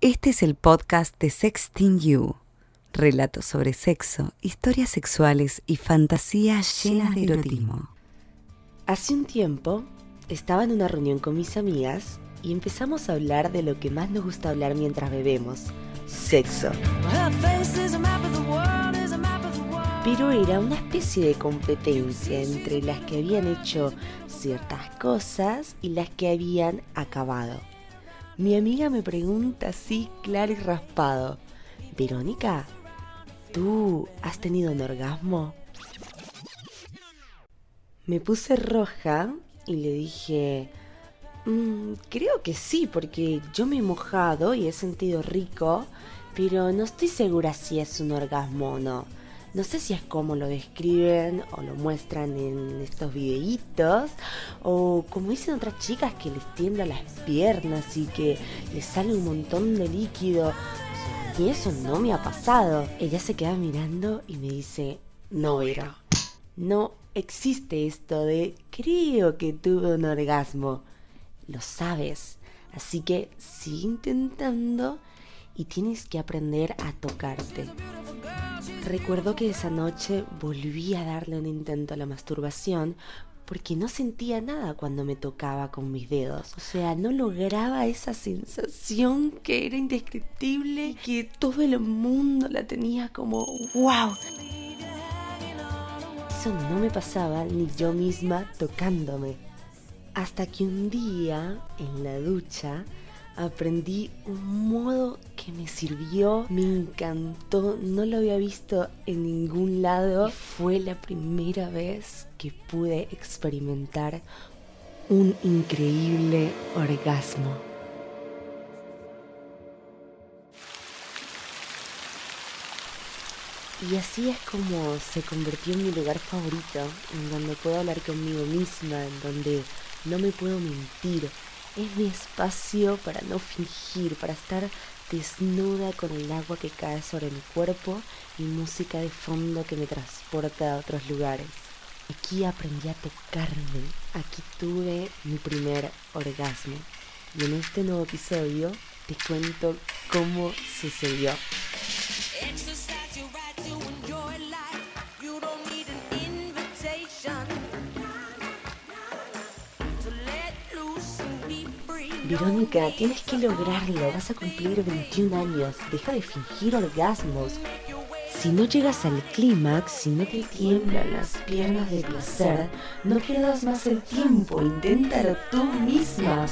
Este es el podcast de Sexting You. Relatos sobre sexo, historias sexuales y fantasías llenas de erotismo. Hace un tiempo estaba en una reunión con mis amigas y empezamos a hablar de lo que más nos gusta hablar mientras bebemos: sexo. Pero era una especie de competencia entre las que habían hecho ciertas cosas y las que habían acabado. Mi amiga me pregunta así, claro y raspado: Verónica, ¿tú has tenido un orgasmo? Me puse roja y le dije: creo que sí, porque yo me he mojado y he sentido rico, pero no estoy segura si es un orgasmo o no. No sé si es como lo describen o lo muestran en estos videitos, o como dicen otras chicas que les tiembla las piernas y que les sale un montón de líquido. O sea, y eso no me ha pasado. Ella se queda mirando y me dice: no, Vero, no existe esto de creo que tuve un orgasmo. Lo sabes, así que sigue intentando y tienes que aprender a tocarte. Recuerdo que esa noche volví a darle un intento a la masturbación porque no sentía nada cuando me tocaba con mis dedos. O sea, no lograba esa sensación que era indescriptible y que todo el mundo la tenía como ¡wow! Eso no me pasaba ni yo misma tocándome. Hasta que un día, en la ducha, aprendí un modo que me sirvió, me encantó, no lo había visto en ningún lado y fue la primera vez que pude experimentar un increíble orgasmo. Y así es como se convirtió en mi lugar favorito, en donde puedo hablar conmigo misma, en donde no me puedo mentir. Es mi espacio para no fingir, para estar desnuda con el agua que cae sobre mi cuerpo y música de fondo que me transporta a otros lugares. Aquí aprendí a tocarme, aquí tuve mi primer orgasmo. Y en este nuevo episodio te cuento cómo sucedió. Verónica, tienes que lograrlo, vas a cumplir 21 años, deja de fingir orgasmos. Si no llegas al clímax, si no te tiemblan las piernas de placer, no pierdas más el tiempo, inténtalo tú misma.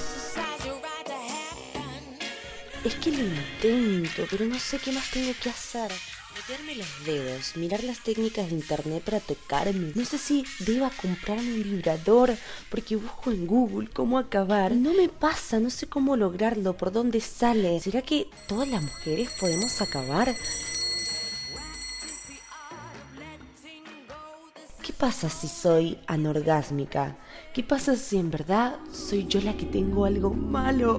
Es que lo intento, pero no sé qué más tengo que hacer. Meterme los dedos, mirar las técnicas de internet para tocarme. No sé si deba comprarme un vibrador porque busco en Google cómo acabar. No me pasa, no sé cómo lograrlo, por dónde sale. ¿Será que todas las mujeres podemos acabar? ¿Qué pasa si soy anorgásmica? ¿Qué pasa si en verdad soy yo la que tengo algo malo?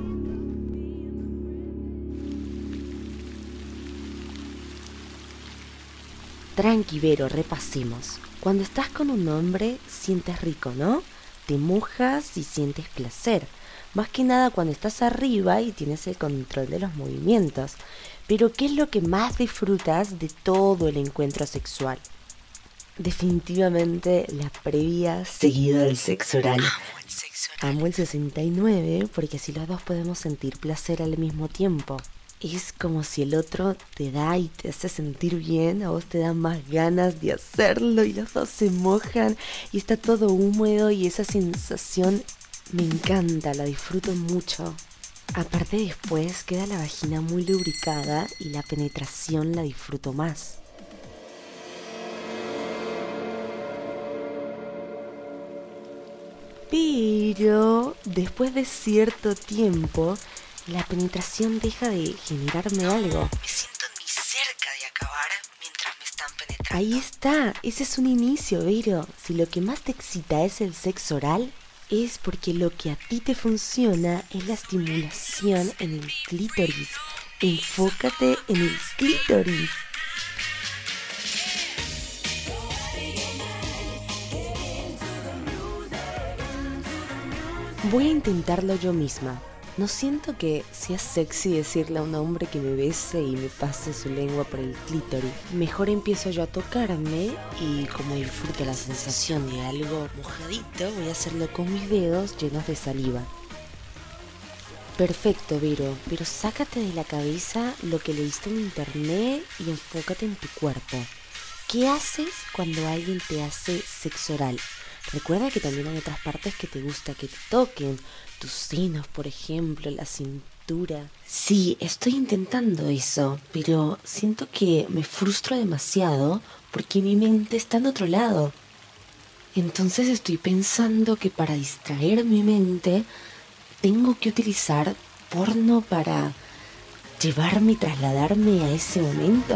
Tranqui, Vero, repasemos. Cuando estás con un hombre, sientes rico, ¿no? Te mojas y sientes placer. Más que nada cuando estás arriba y tienes el control de los movimientos. Pero, ¿qué es lo que más disfrutas de todo el encuentro sexual? Definitivamente la previa seguida del sexo oral. Amo el 69 porque así los dos podemos sentir placer al mismo tiempo. Es como si el otro te da y te hace sentir bien, a vos te dan más ganas de hacerlo y los dos se mojan y está todo húmedo y esa sensación me encanta, la disfruto mucho. Aparte después queda la vagina muy lubricada y la penetración la disfruto más. Pero después de cierto tiempo la penetración deja de generarme algo. Me siento ni cerca de acabar mientras me están penetrando. Ahí está, ese es un inicio, Vero. Si lo que más te excita es el sexo oral, es porque lo que a ti te funciona es la estimulación en el clítoris. Enfócate en el clítoris. Voy a intentarlo yo misma. No siento que sea sexy decirle a un hombre que me bese y me pase su lengua por el clítoris. Mejor empiezo yo a tocarme y como disfruto la sensación de algo mojadito, voy a hacerlo con mis dedos llenos de saliva. Perfecto, Vero, pero sácate de la cabeza lo que leíste en internet y enfócate en tu cuerpo. ¿Qué haces cuando alguien te hace sexo oral? Recuerda que también hay otras partes que te gusta que te toquen, tus senos, por ejemplo, la cintura. Sí, estoy intentando eso, pero siento que me frustro demasiado porque mi mente está en otro lado. Entonces estoy pensando que para distraer mi mente tengo que utilizar porno para llevarme y trasladarme a ese momento.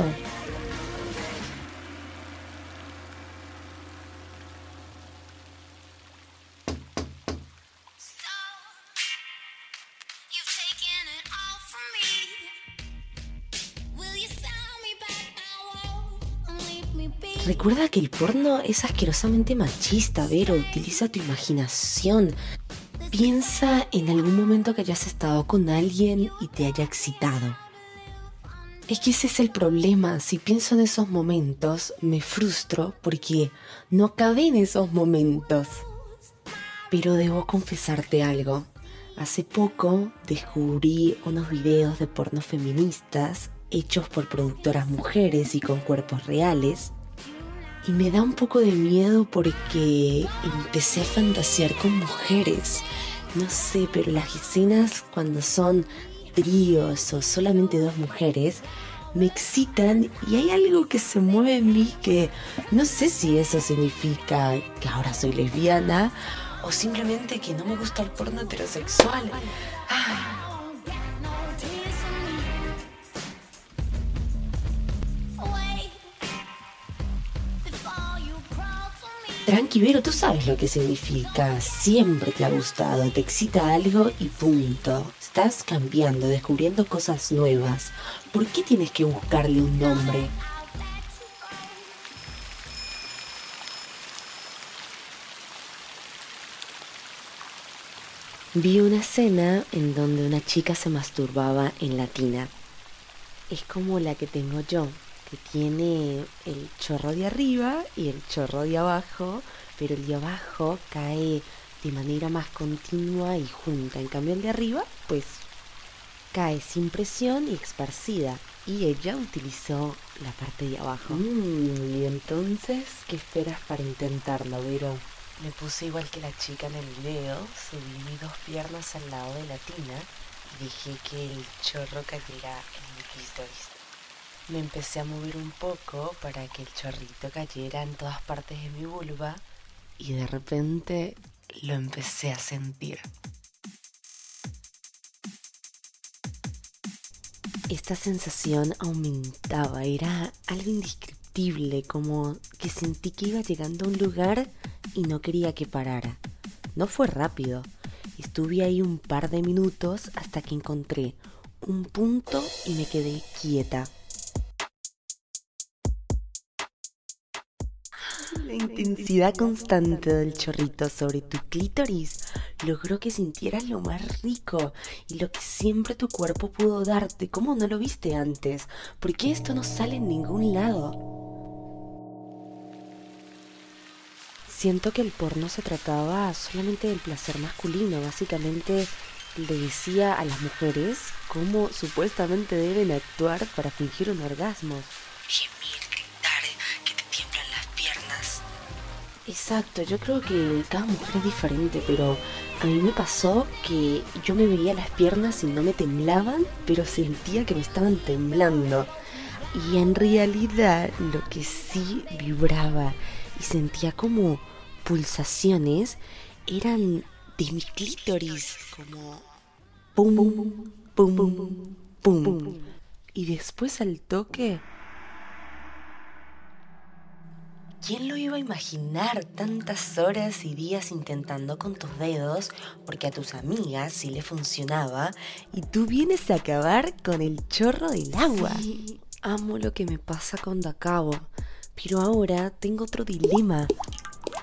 Recuerda que el porno es asquerosamente machista, Vero. Utiliza tu imaginación. Piensa en algún momento que hayas estado con alguien y te haya excitado. Es que ese es el problema. Si pienso en esos momentos, me frustro porque no acabé en esos momentos. Pero debo confesarte algo. Hace poco descubrí unos videos de porno feministas hechos por productoras mujeres y con cuerpos reales. Y me da un poco de miedo porque empecé a fantasear con mujeres. No sé, pero las escenas cuando son tríos o solamente dos mujeres me excitan y hay algo que se mueve en mí que no sé si eso significa que ahora soy lesbiana o simplemente que no me gusta el porno heterosexual. Ay. Tranqui, Vero, tú sabes lo que significa. Siempre te ha gustado, te excita algo y punto. Estás cambiando, descubriendo cosas nuevas. ¿Por qué tienes que buscarle un nombre? Vi una escena en donde una chica se masturbaba en la tina. Es como la que tengo yo, que tiene el chorro de arriba y el chorro de abajo, pero el de abajo cae de manera más continua y junta. En cambio el de arriba, pues, cae sin presión y esparcida. Y ella utilizó la parte de abajo. Y entonces, ¿qué esperas para intentarlo, Vero? Me puse igual que la chica en el video, subí mis dos piernas al lado de la tina y dejé que el chorro cayera en mi clítoris. Me empecé a mover un poco para que el chorrito cayera en todas partes de mi vulva y de repente lo empecé a sentir. Esta sensación aumentaba, era algo indescriptible, como que sentí que iba llegando a un lugar y no quería que parara. No fue rápido, estuve ahí un par de minutos hasta que encontré un punto y me quedé quieta. La intensidad constante del chorrito sobre tu clítoris logró que sintieras lo más rico y lo que siempre tu cuerpo pudo darte. ¿Cómo no lo viste antes? ¿Por qué esto no sale en ningún lado? Siento que el porno se trataba solamente del placer masculino. Básicamente le decía a las mujeres cómo supuestamente deben actuar para fingir un orgasmo. Gemir, gritar, que te tiemblan las piernas. Exacto, yo creo que cada mujer es diferente, pero a mí me pasó que yo me veía las piernas y no me temblaban, pero sentía que me estaban temblando. Y en realidad lo que sí vibraba y sentía como pulsaciones eran de mi clítoris, como pum, pum, pum, pum. Y después al toque... ¿Quién lo iba a imaginar tantas horas y días intentando con tus dedos? Porque a tus amigas sí le funcionaba y tú vienes a acabar con el chorro del agua. Sí, amo lo que me pasa cuando acabo, pero ahora tengo otro dilema.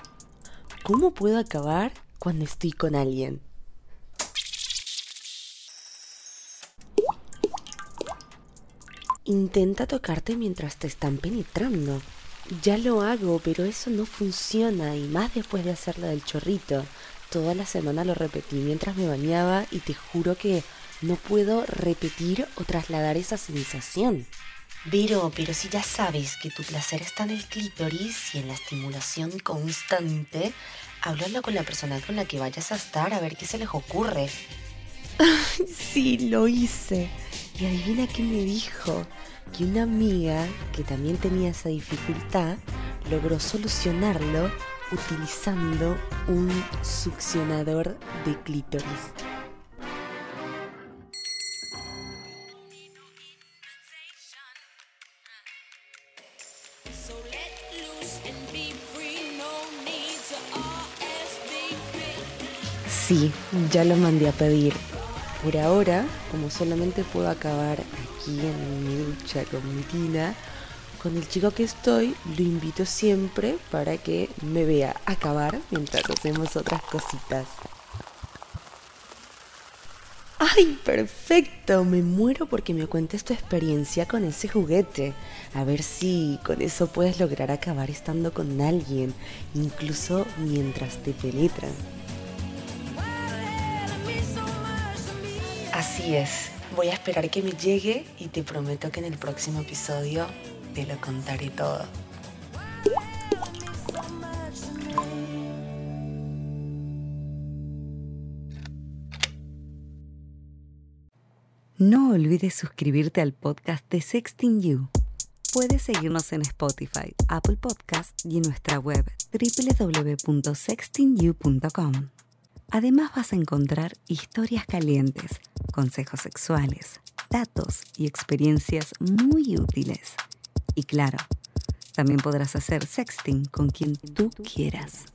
¿Cómo puedo acabar cuando estoy con alguien? Intenta tocarte mientras te están penetrando. Ya lo hago, pero eso no funciona, y más después de hacerlo del chorrito. Toda la semana lo repetí mientras me bañaba y te juro que no puedo repetir o trasladar esa sensación. Vero, pero si ya sabes que tu placer está en el clítoris y en la estimulación constante, háblalo con la persona con la que vayas a estar a ver qué se les ocurre. Sí, lo hice. Y adivina qué me dijo. Que una amiga que también tenía esa dificultad logró solucionarlo utilizando un succionador de clítoris. Sí, ya lo mandé a pedir. Por ahora, como solamente puedo acabar aquí en mi ducha con mi tina, con el chico que estoy, lo invito siempre para que me vea acabar mientras hacemos otras cositas. ¡Ay, perfecto! Me muero porque me cuentes tu experiencia con ese juguete. A ver si con eso puedes lograr acabar estando con alguien, incluso mientras te penetran. Así es, voy a esperar que me llegue y te prometo que en el próximo episodio te lo contaré todo. No olvides suscribirte al podcast de Sexting You. Puedes seguirnos en Spotify, Apple Podcast y en nuestra web www.sextingyou.com. Además vas a encontrar historias calientes, consejos sexuales, datos y experiencias muy útiles. Y claro, también podrás hacer sexting con quien tú quieras.